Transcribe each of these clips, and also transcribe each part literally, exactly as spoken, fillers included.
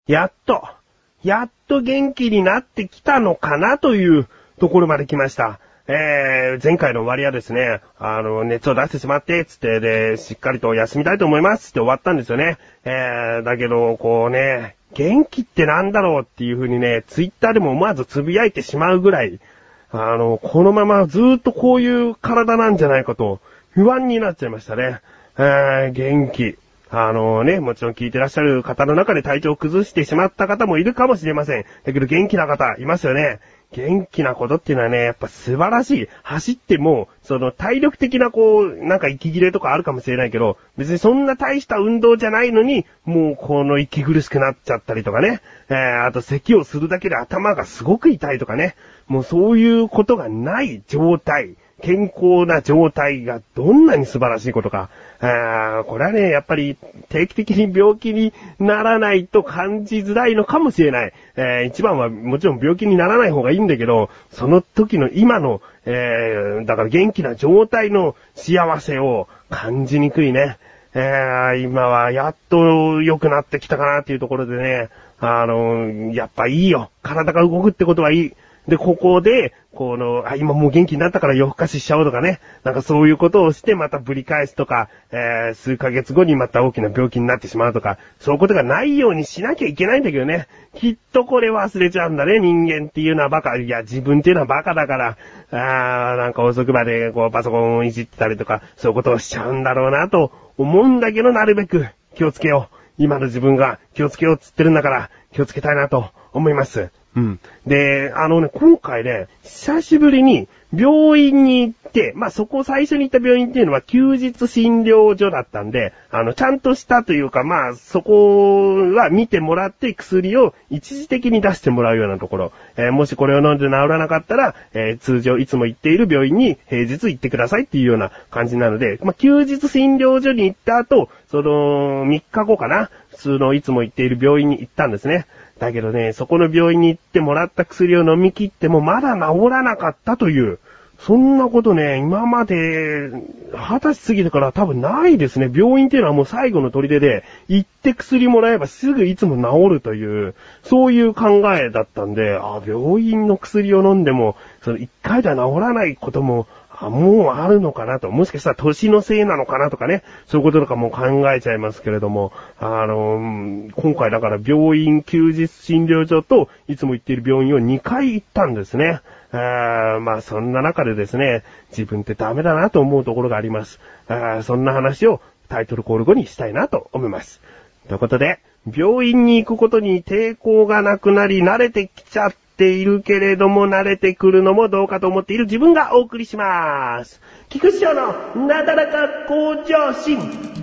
やっと、やっと元気になってきたのかなというところまで来ました。えー、前回の終わりはですね、あの、熱を出してしまって、つって、で、しっかりと休みたいと思いますって終わったんですよね。えー、だけど、こうね、元気ってなんだろうっていう風にね、ツイッターでも思わずつぶやいてしまうぐらい、あの、このままずーっとこういう体なんじゃないかと、不安になっちゃいましたね。えー、元気。あのね、もちろん聞いてらっしゃる方の中で体調を崩してしまった方もいるかもしれません。だけど元気な方いますよね。元気なことっていうのはね、やっぱ素晴らしい。走っても、その体力的なこう、なんか息切れとかあるかもしれないけど、別にそんな大した運動じゃないのに、もうこの息苦しくなっちゃったりとかね。えー、あと咳をするだけで頭がすごく痛いとかね。もうそういうことがない状態。健康な状態がどんなに素晴らしいことか。あこれはね、やっぱり定期的に病気にならないと感じづらいのかもしれない。えー、一番はもちろん病気にならない方がいいんだけど、その時の今の、えー、だから元気な状態の幸せを感じにくいね。えー、今はやっと良くなってきたかなっていうところでね、あの、やっぱいいよ。体が動くってことはいい。で、ここで、この、あ、今もう元気になったから夜更かししちゃおうとかね。なんかそういうことをしてまたぶり返すとか、えー、数ヶ月後にまた大きな病気になってしまうとか、そういうことがないようにしなきゃいけないんだけどね。きっとこれ忘れちゃうんだね、人間っていうのはバカ。いや、自分っていうのはバカだから、あー、なんか遅くまでこうパソコンをいじってたりとか、そういうことをしちゃうんだろうなと思うんだけど、なるべく気をつけよう。今の自分が気をつけようっつってるんだから、気をつけたいなと思います。うん。で、あのね、今回ね、久しぶりに病院に行って、まあ、そこ最初に行った病院っていうのは休日診療所だったんで、あの、ちゃんとしたというか、まあ、そこは見てもらって薬を一時的に出してもらうようなところ。えー、もしこれを飲んで治らなかったら、えー、通常いつも行っている病院に平日行ってくださいっていうような感じなので、まあ、休日診療所に行った後、その、みっかごかな、普通のいつも行っている病院に行ったんですね。だけどね、そこの病院に行ってもらった薬を飲み切ってもまだ治らなかったという、そんなことね、今まで、二十歳過ぎてから多分ないですね。病院っていうのはもう最後の砦で、行って薬もらえばすぐいつも治るという、そういう考えだったんで、あ、病院の薬を飲んでも、その一回では治らないことも、あ、もうあるのかなと。もしかしたら年のせいなのかなとかね。そういうこととかも考えちゃいますけれども。あの、今回だから病院休日診療所といつも行っている病院をにかい行ったんですね。あまあそんな中でですね、自分ってダメだなと思うところがあります。あそんな話をタイトルコール後にしたいなと思います。ということで、病院に行くことに抵抗がなくなり慣れてきちゃってているけれども慣れてくるのもどうかと思っている自分がお送りします。菊師匠のなだらか向上心。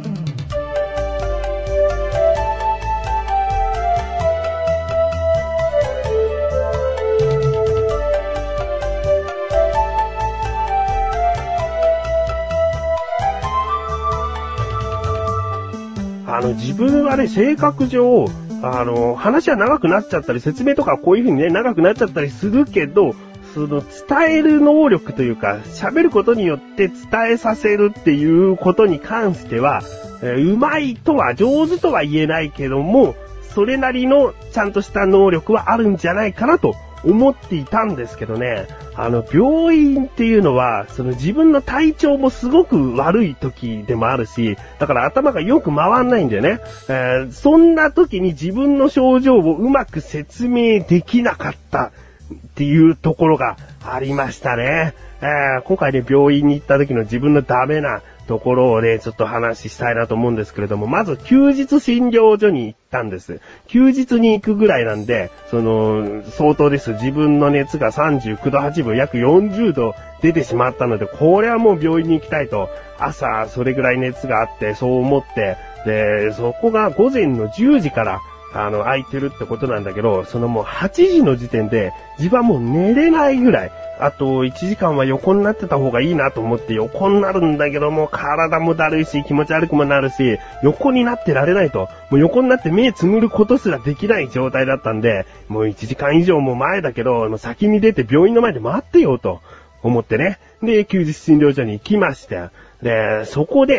あの自分はね、性格上あの、話は長くなっちゃったり、説明とかこういう風にね、長くなっちゃったりするけど、その、伝える能力というか、喋ることによって伝えさせるっていうことに関しては、えー、うまいとは、上手とは言えないけども、それなりのちゃんとした能力はあるんじゃないかなと思っていたんですけどね、あの、病院っていうのは、その自分の体調もすごく悪い時でもあるし、だから頭がよく回んないんだよね。えー、そんな時に自分の症状をうまく説明できなかったっていうところがありましたね。えー、今回ね、病院に行った時の自分のダメなところをね、ちょっと話したいなと思うんですけれども、まず休日診療所に行ったんです。休日に行くぐらいなんで、その、相当です。自分の熱がさんじゅうきゅうどはちぶ、約よんじゅうど出てしまったので、これはもう病院に行きたいと、朝それぐらい熱があって、そう思って、で、そこが午前のじゅうじから、あの、空いてるってことなんだけど、そのもうはちじの時点で、自分はもう寝れないぐらい、あといちじかんは横になってた方がいいなと思って横になるんだけども、体もだるいし、気持ち悪くもなるし、横になってられないと。もう横になって目つむることすらできない状態だったんで、もういちじかん以上も前だけど、先に出て病院の前で待ってよと思ってね。で、休日診療所に行きました。で、そこで、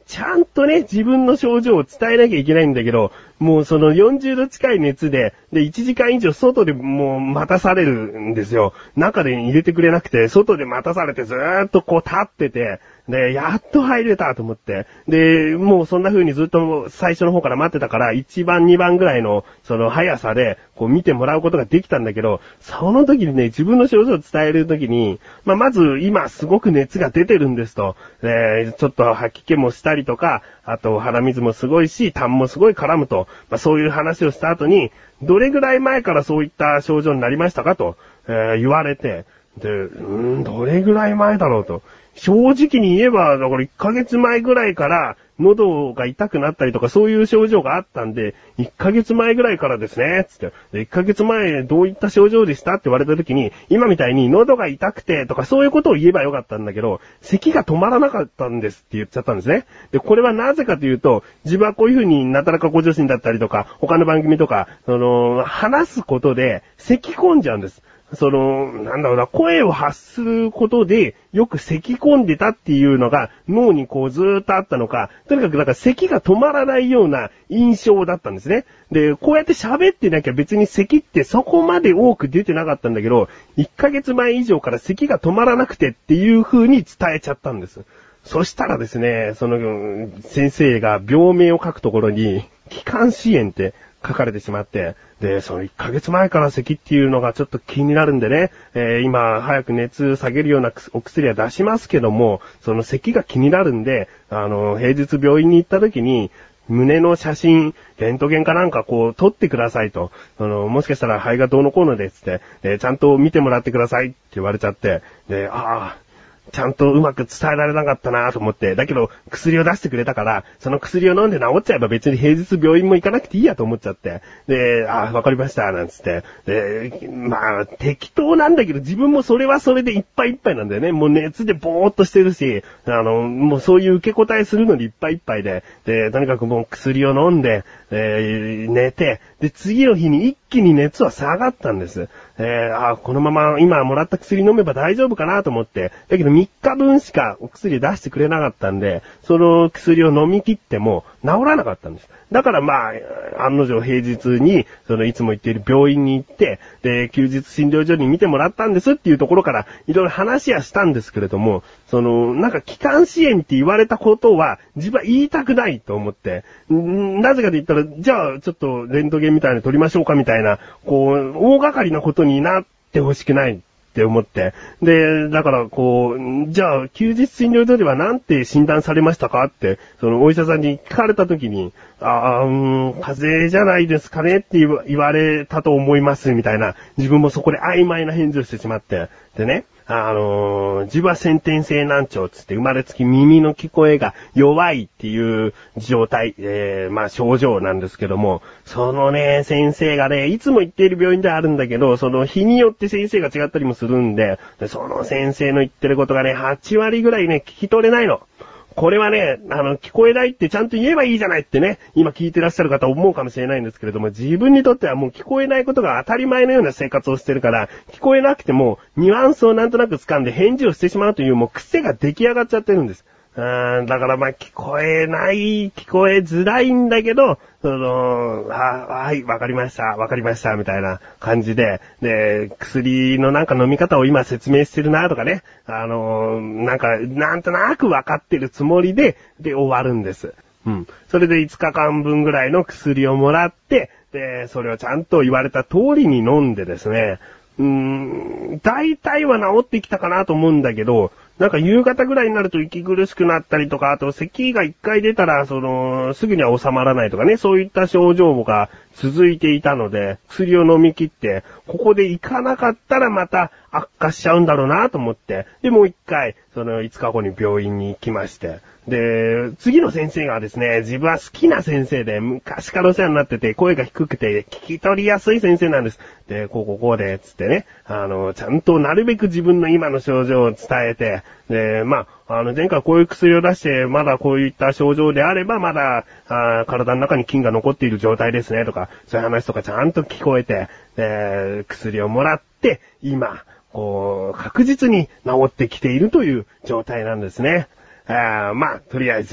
ちゃんとね、自分の症状を伝えなきゃいけないんだけど、もうそのよんじゅうど近い熱で、で、いちじかん以上外でもう待たされるんですよ。中で入れてくれなくて、外で待たされてずーっとこう立ってて、で、やっと入れたと思って。で、もうそんな風にずっと最初の方から待ってたから、いちばんにばんぐらいのその速さで、こう見てもらうことができたんだけど、その時にね、自分の症状を伝える時に、まあ、まず今すごく熱が出てるんですと、えー、ちょっと吐き気もしたりとか、あと鼻水もすごいし、痰もすごい絡むと、まあ、そういう話をした後に、どれぐらい前からそういった症状になりましたかと、えー、言われて、で、うーん、どれぐらい前だろうと。正直に言えば、だからいっかげつまえぐらいから喉が痛くなったりとかそういう症状があったんで、いっかげつまえぐらいからですね、つって。でいっかげつまえどういった症状でしたって言われた時に、今みたいに喉が痛くてとかそういうことを言えばよかったんだけど、咳が止まらなかったんですって言っちゃったんですね。で、これはなぜかというと、自分はこういう風になたらかご女子だったりとか、他の番組とか、その、話すことで咳込んじゃうんです。その、なんだろうな、声を発することで、よく咳込んでたっていうのが、脳にこうずーっとあったのか、とにかくだから咳が止まらないような印象だったんですね。で、こうやって喋ってなきゃ別に咳ってそこまで多く出てなかったんだけど、いっかげつまえ以上から咳が止まらなくてっていう風に伝えちゃったんです。そしたらですね、その、先生が病名を書くところに、気管支炎って書かれてしまって、で、そのいっかげつまえから咳っていうのがちょっと気になるんでね、えー、今早く熱下げるようなお薬は出しますけども、その咳が気になるんで、あの、平日病院に行った時に、胸の写真、レントゲンかなんかこう撮ってくださいと。その、もしかしたら肺がどうのこうのでっつって、えー、ちゃんと見てもらってくださいって言われちゃって、で、ああ、ちゃんとうまく伝えられなかったなと思って、だけど薬を出してくれたから、その薬を飲んで治っちゃえば別に平日病院も行かなくていいやと思っちゃって、で、あ、わかりました、なんつって、で、まあ、適当なんだけど自分もそれはそれでいっぱいいっぱいなんだよね。もう熱でぼーっとしてるし、あの、もうそういう受け答えするのにいっぱいいっぱいで、で、とにかくもう薬を飲んで、えー、寝て、で、次の日に一気に熱は下がったんです。えー、あ、このまま今もらった薬飲めば大丈夫かなと思って、だけどみっかぶんしかお薬出してくれなかったんで、その薬を飲み切っても治らなかったんです。だからまあ、案の定平日に、そのいつも行っている病院に行って、で、休日診療所に見てもらったんですっていうところから、いろいろ話はしたんですけれども、その、なんか気管支炎って言われたことは、自分は言いたくないと思って、んなぜかと言ったら、じゃあちょっとレントゲンみたいなの撮りましょうかみたいな、こう、大掛かりなことになってほしくない。って思って。で、だからこう、じゃあ休日診療所ではなんて診断されましたかって、そのお医者さんに聞かれた時に、ああ、うーん、風邪じゃないですかねって言われたと思いますみたいな、自分もそこで曖昧な返事をしてしまって。でね、あのー、自分は先天性難聴つって生まれつき耳の聞こえが弱いっていう状態、えー、まあ症状なんですけども、そのね、先生がね、いつも行っている病院ではあるんだけど、その日によって先生が違ったりもするんで、でその先生の言ってることがね、はちわりぐらいね、聞き取れないの。これはね、あの、聞こえないってちゃんと言えばいいじゃないってね、今聞いてらっしゃる方思うかもしれないんですけれども、自分にとってはもう聞こえないことが当たり前のような生活をしてるから、聞こえなくても、ニュアンスをなんとなく掴んで返事をしてしまうというもう癖が出来上がっちゃってるんです。うーん、だからまあ聞こえない、聞こえづらいんだけど、その、あ、はい、わかりました、わかりました、みたいな感じで、で、薬のなんか飲み方を今説明してるなとかね、あの、なんか、なんとなくわかってるつもりで、で、終わるんです。うん。それでいつかかんぶんぐらいの薬をもらって、で、それをちゃんと言われた通りに飲んでですね、うーん、大体は治ってきたかなと思うんだけど、なんか夕方ぐらいになると息苦しくなったりとか、あと咳が一回出たら、その、すぐには収まらないとかね、そういった症状が続いていたので、薬を飲み切って、ここで行かなかったらまた悪化しちゃうんだろうなと思って、で、もう一回、そのいつかごに病院に行きまして、で、次の先生がですね、自分は好きな先生で、昔からお世話になってて、声が低くて、聞き取りやすい先生なんです。で、こうこうこうで、つってね、あの、ちゃんとなるべく自分の今の症状を伝えて、で、まあ、あの、前回こういう薬を出して、まだこういった症状であれば、まだ、あ体の中に菌が残っている状態ですね、とか、そういう話とかちゃんと聞こえて、で、薬をもらって、今、こう、確実に治ってきているという状態なんですね。あまあ、とりあえず、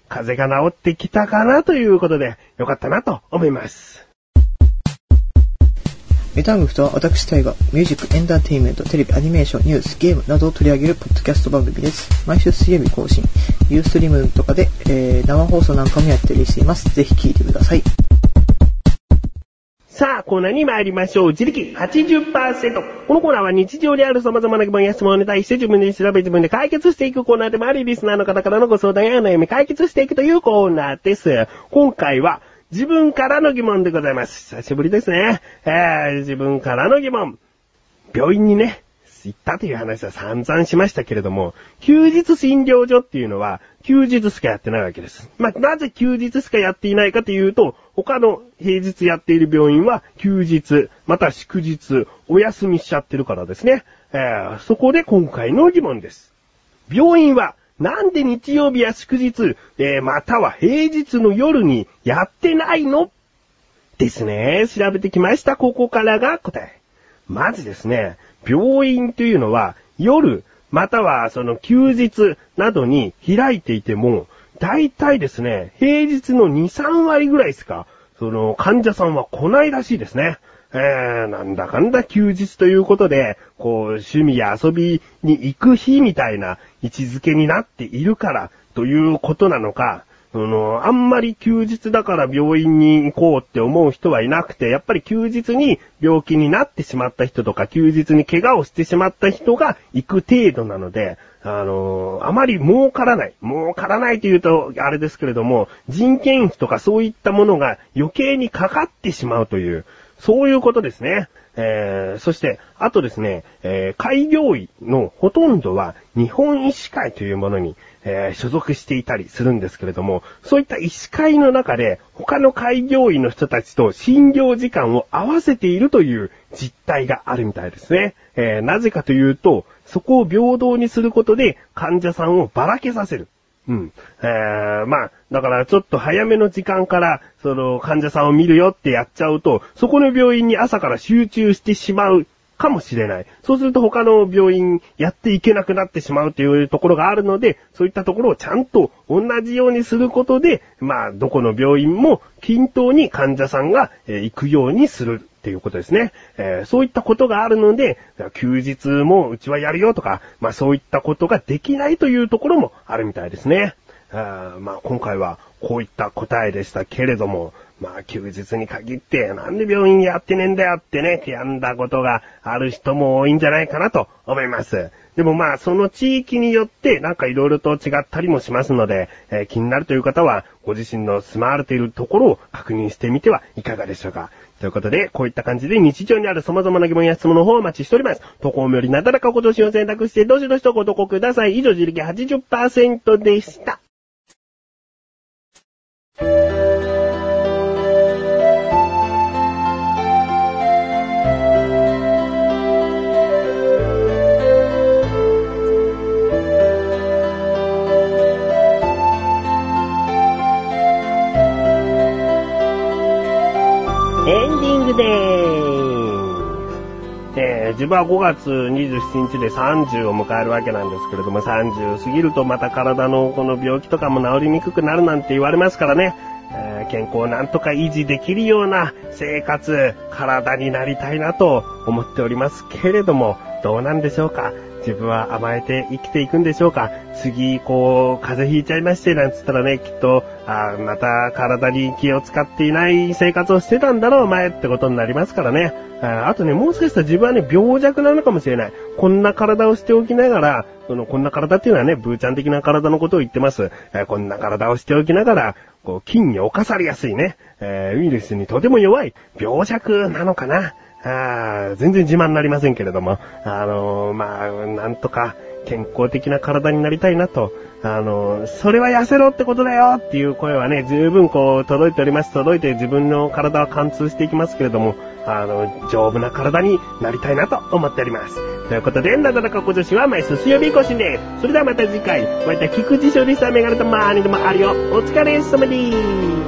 風邪が治ってきたかなということで、よかったなと思います。 メタムフとは私タイがミュージック、エンターテインメント、テレビ、アニメーション、ニュース、ゲームなどを取り上げるポッドキャスト番組です。毎週水曜日更新、ユーストリームとかで、えー、生放送なんかもやったりしています。ぜひ聞いてください。 さあ、コーナーに参りましょう。自力 はちじゅっパーセント。このコーナーは日常である様々な疑問や質問に対して自分で調べ自分で解決していくコーナーでもあり、リスナーの方からのご相談や悩み解決していくというコーナーです。今回は自分からの疑問でございます。久しぶりですね。えー、自分からの疑問。病院にね、行ったという話は散々しましたけれども、休日診療所っていうのは休日しかやってないわけです。まあ、なぜ休日しかやっていないかというと、他の平日やっている病院は休日、また祝日、お休みしちゃってるからですね。えー、そこで今回の疑問です。病院はなんで日曜日や祝日、えー、または平日の夜にやってないのですね。調べてきました。ここからが答え。まずですね、病院というのは夜、またはその休日などに開いていても、大体ですね、平日のに、さんわりぐらいしか、その患者さんは来ないらしいですね。えー、なんだかんだ休日ということで、こう、趣味や遊びに行く日みたいな位置づけになっているからということなのか、あの、あんまり休日だから病院に行こうって思う人はいなくて、やっぱり休日に病気になってしまった人とか、休日に怪我をしてしまった人が行く程度なので、あの、あまり儲からない。儲からないというと、あれですけれども、人件費とかそういったものが余計にかかってしまうという、そういうことですね。えー、そして、あとですね、えー、開業医のほとんどは日本医師会というものに、えー、所属していたりするんですけれども、そういった医師会の中で他の開業医の人たちと診療時間を合わせているという実態があるみたいですね。えー、なぜかというと、そこを平等にすることで患者さんをばらけさせる。うん。えー、まあ、だからちょっと早めの時間から、その患者さんを見るよってやっちゃうと、そこの病院に朝から集中してしまうかもしれない。そうすると他の病院やっていけなくなってしまうというところがあるので、そういったところをちゃんと同じようにすることで、まあ、どこの病院も均等に患者さんが、えー、行くようにする。っていうことですね、えー。そういったことがあるので、休日もうちはやるよとか、まあそういったことができないというところもあるみたいですね。あまあ今回はこういった答えでしたけれども、まあ休日に限ってなんで病院やってねえんだよってね、悔やんだことがある人も多いんじゃないかなと思います。でもまあその地域によってなんか色々と違ったりもしますので、えー、気になるという方はご自身の住まわれているところを確認してみてはいかがでしょうか。ということで、こういった感じで日常にある様々な疑問や質問の方をお待ちしております。投稿よりなだらかご年を選択して、どしどしとご投稿ください。以上、自力 はちじゅっパーセント でした。エンディングでーす。えー、自分はごがつにじゅうしちにちでさんじゅうを迎えるわけなんですけれども、さんじゅう過ぎるとまた体のこの病気とかも治りにくくなるなんて言われますからね、えー、健康をなんとか維持できるような生活、体になりたいなと思っておりますけれども、どうなんでしょうか。自分は甘えて生きていくんでしょうか。次、こう、風邪ひいちゃいまして、なんつったらね、きっと、あまた体に気を使っていない生活をしてたんだろう、お前ってことになりますからね。あ, あとね、もしかしたら自分はね、病弱なのかもしれない。こんな体をしておきながら、その、こんな体っていうのはね、ブーちゃん的な体のことを言ってます。えー、こんな体をしておきながら、こう、菌に侵されやすいね、えー、ウイルスにとても弱い、病弱なのかな。あ全然自慢になりませんけれども、あのー、まあ、なんとか健康的な体になりたいなと、あのー、それは痩せろってことだよっていう声はね、十分こう届いております。届いて自分の体は貫通していきますけれども、あの、丈夫な体になりたいなと思っております。ということで、なだらかご女子は毎週水曜日更新です。それではまた次回、また菊池処理したメガネとマーニでもあるよ。お疲れ様です。